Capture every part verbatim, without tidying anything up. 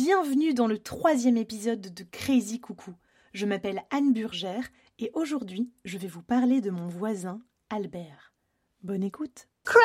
Bienvenue dans le troisième épisode de Crazy Coucou. Je m'appelle Anne Burgère et aujourd'hui, je vais vous parler de mon voisin Albert. Bonne écoute. Crazy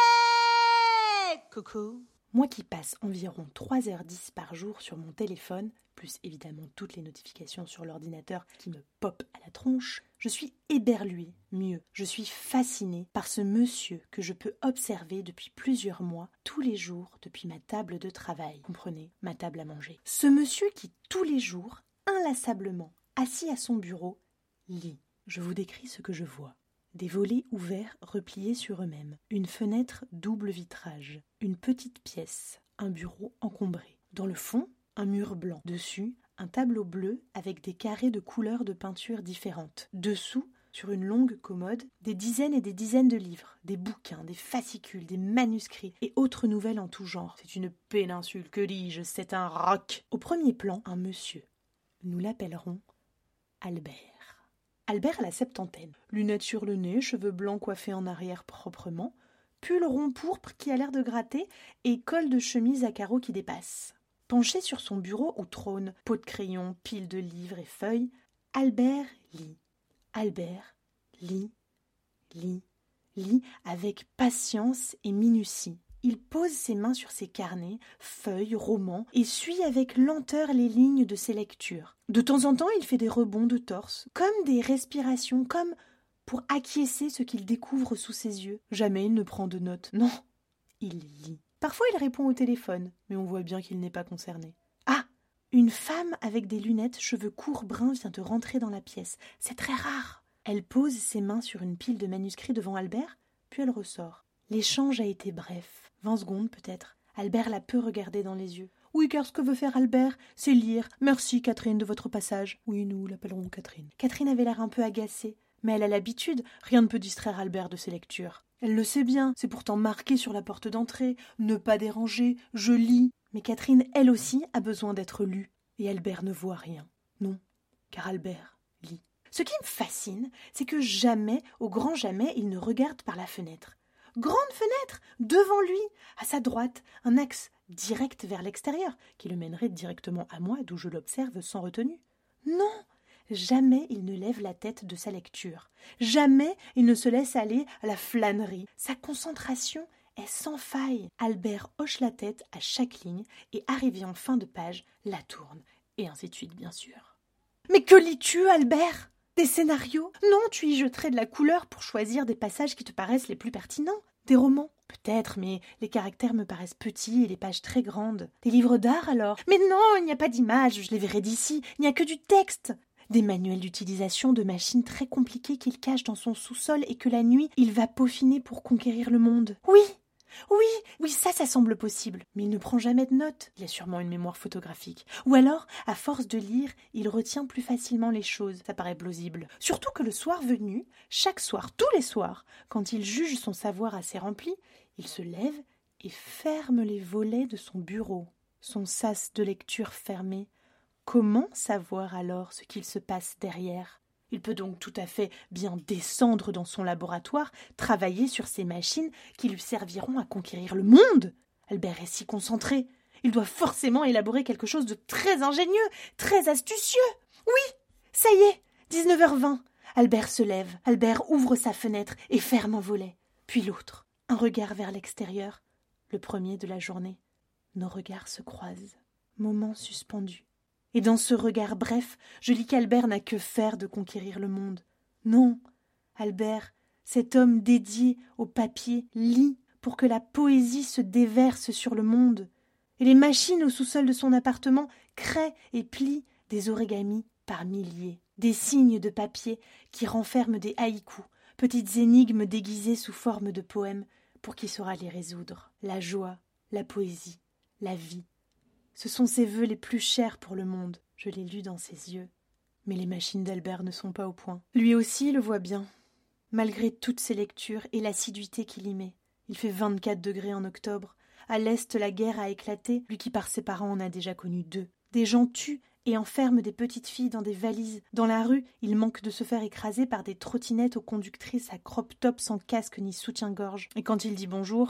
Coucou. Moi qui passe environ trois heures dix par jour sur mon téléphone, plus évidemment toutes les notifications sur l'ordinateur qui me popent à la tronche, je suis éberluée, mieux, je suis fascinée par ce monsieur que je peux observer depuis plusieurs mois, tous les jours, depuis ma table de travail, comprenez, ma table à manger. Ce monsieur qui, tous les jours, inlassablement, assis à son bureau, lit. Je vous décris ce que je vois. Des volets ouverts repliés sur eux-mêmes, une fenêtre double vitrage, une petite pièce, un bureau encombré. Dans le fond, un mur blanc. Dessus, un tableau bleu avec des carrés de couleurs de peinture différentes. Dessous, sur une longue commode, des dizaines et des dizaines de livres, des bouquins, des fascicules, des manuscrits et autres nouvelles en tout genre. C'est une péninsule, que dis-je, c'est un roc. Au premier plan, un monsieur. Nous l'appellerons Albert. Albert a la septantaine, lunettes sur le nez, cheveux blancs coiffés en arrière proprement, pull rond pourpre qui a l'air de gratter et col de chemise à carreaux qui dépasse. Penché sur son bureau ou trône, pot de crayon, pile de livres et feuilles, Albert lit. Albert lit, lit, lit avec patience et minutie. Il pose ses mains sur ses carnets, feuilles, romans, et suit avec lenteur les lignes de ses lectures. De temps en temps, il fait des rebonds de torse, comme des respirations, comme pour acquiescer ce qu'il découvre sous ses yeux. Jamais il ne prend de notes. Non, il lit. Parfois, il répond au téléphone, mais on voit bien qu'il n'est pas concerné. Ah, une femme avec des lunettes, cheveux courts bruns vient de rentrer dans la pièce. C'est très rare. Elle pose ses mains sur une pile de manuscrits devant Albert, puis elle ressort. L'échange a été bref, vingt secondes peut-être. Albert l'a peu regardé dans les yeux. « Oui, car ce que veut faire Albert, c'est lire. Merci, Catherine, de votre passage. » Oui, nous l'appellerons Catherine. Catherine avait l'air un peu agacée, mais elle a l'habitude. Rien ne peut distraire Albert de ses lectures. Elle le sait bien, c'est pourtant marqué sur la porte d'entrée. « Ne pas déranger, je lis. » Mais Catherine, elle aussi, a besoin d'être lue. Et Albert ne voit rien. Non, car Albert lit. Ce qui me fascine, c'est que jamais, au grand jamais, il ne regarde par la fenêtre. Grande fenêtre, devant lui, à sa droite, un axe direct vers l'extérieur, qui le mènerait directement à moi, d'où je l'observe sans retenue. Non, jamais il ne lève la tête de sa lecture. Jamais il ne se laisse aller à la flânerie. Sa concentration est sans faille. Albert hoche la tête à chaque ligne et, arrivé en fin de page, la tourne, et ainsi de suite, bien sûr. « Mais que lis-tu, Albert ? Des scénarios ? Non, tu y jeterais de la couleur pour choisir des passages qui te paraissent les plus pertinents. Des romans ? Peut-être, mais les caractères me paraissent petits et les pages très grandes. Des livres d'art, alors ? Mais non, il n'y a pas d'images, je les verrai d'ici, il n'y a que du texte. Des manuels d'utilisation de machines très compliquées qu'il cache dans son sous-sol et que la nuit, il va peaufiner pour conquérir le monde. Oui, oui, oui, ça, ça semble possible. Mais il ne prend jamais de notes. Il a sûrement une mémoire photographique. Ou alors, à force de lire, il retient plus facilement les choses. Ça paraît plausible. Surtout que le soir venu, chaque soir, tous les soirs, quand il juge son savoir assez rempli, il se lève et ferme les volets de son bureau. Son sas de lecture fermé. Comment savoir alors ce qu'il se passe derrière ? Il peut donc tout à fait bien descendre dans son laboratoire, travailler sur ces machines qui lui serviront à conquérir le monde. Albert est si concentré. Il doit forcément élaborer quelque chose de très ingénieux, très astucieux. Oui, ça y est, dix-neuf heures vingt. Albert se lève. Albert ouvre sa fenêtre et ferme un volet. Puis l'autre. Un regard vers l'extérieur. Le premier de la journée. Nos regards se croisent. Moment suspendu. Et dans ce regard bref, je lis qu'Albert n'a que faire de conquérir le monde. Non, Albert, cet homme dédié au papier, lit pour que la poésie se déverse sur le monde. Et les machines au sous-sol de son appartement créent et plient des origamis par milliers. Des signes de papier qui renferment des haïkus, petites énigmes déguisées sous forme de poèmes pour qui saura les résoudre. La joie, la poésie, la vie. Ce sont ses vœux les plus chers pour le monde. Je l'ai lu dans ses yeux. Mais les machines d'Albert ne sont pas au point. Lui aussi le voit bien, malgré toutes ses lectures et l'assiduité qu'il y met. Il fait vingt-quatre degrés en octobre. À l'Est, la guerre a éclaté, lui qui par ses parents en a déjà connu deux. Des gens tuent et enferment des petites filles dans des valises. Dans la rue, il manque de se faire écraser par des trottinettes aux conductrices à crop top sans casque ni soutien-gorge. Et quand il dit bonjour,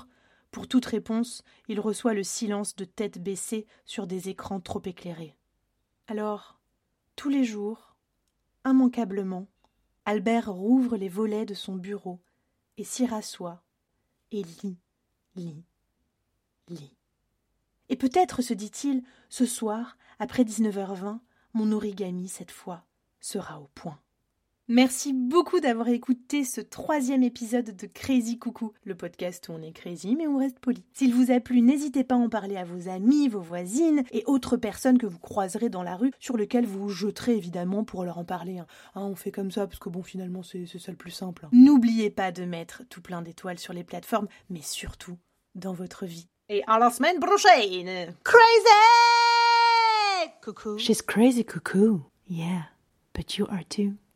Pour toute réponse, il reçoit le silence de tête baissée sur des écrans trop éclairés. Alors, tous les jours, immanquablement, Albert rouvre les volets de son bureau et s'y rassoit et lit, lit, lit. Et peut-être, se dit-il, ce soir, après dix-neuf heures vingt, mon origami, cette fois, sera au point. Merci beaucoup d'avoir écouté ce troisième épisode de Crazy Coucou, le podcast où on est crazy mais on reste poli. S'il vous a plu, n'hésitez pas à en parler à vos amis, vos voisines et autres personnes que vous croiserez dans la rue, sur lesquelles vous vous jeterez évidemment pour leur en parler. Hein. Ah, on fait comme ça parce que bon, finalement, c'est, c'est ça le plus simple. Hein. N'oubliez pas de mettre tout plein d'étoiles sur les plateformes, mais surtout dans votre vie. Et à la semaine prochaine. Crazy Coucou. She's crazy, Coucou. Yeah, but you are too.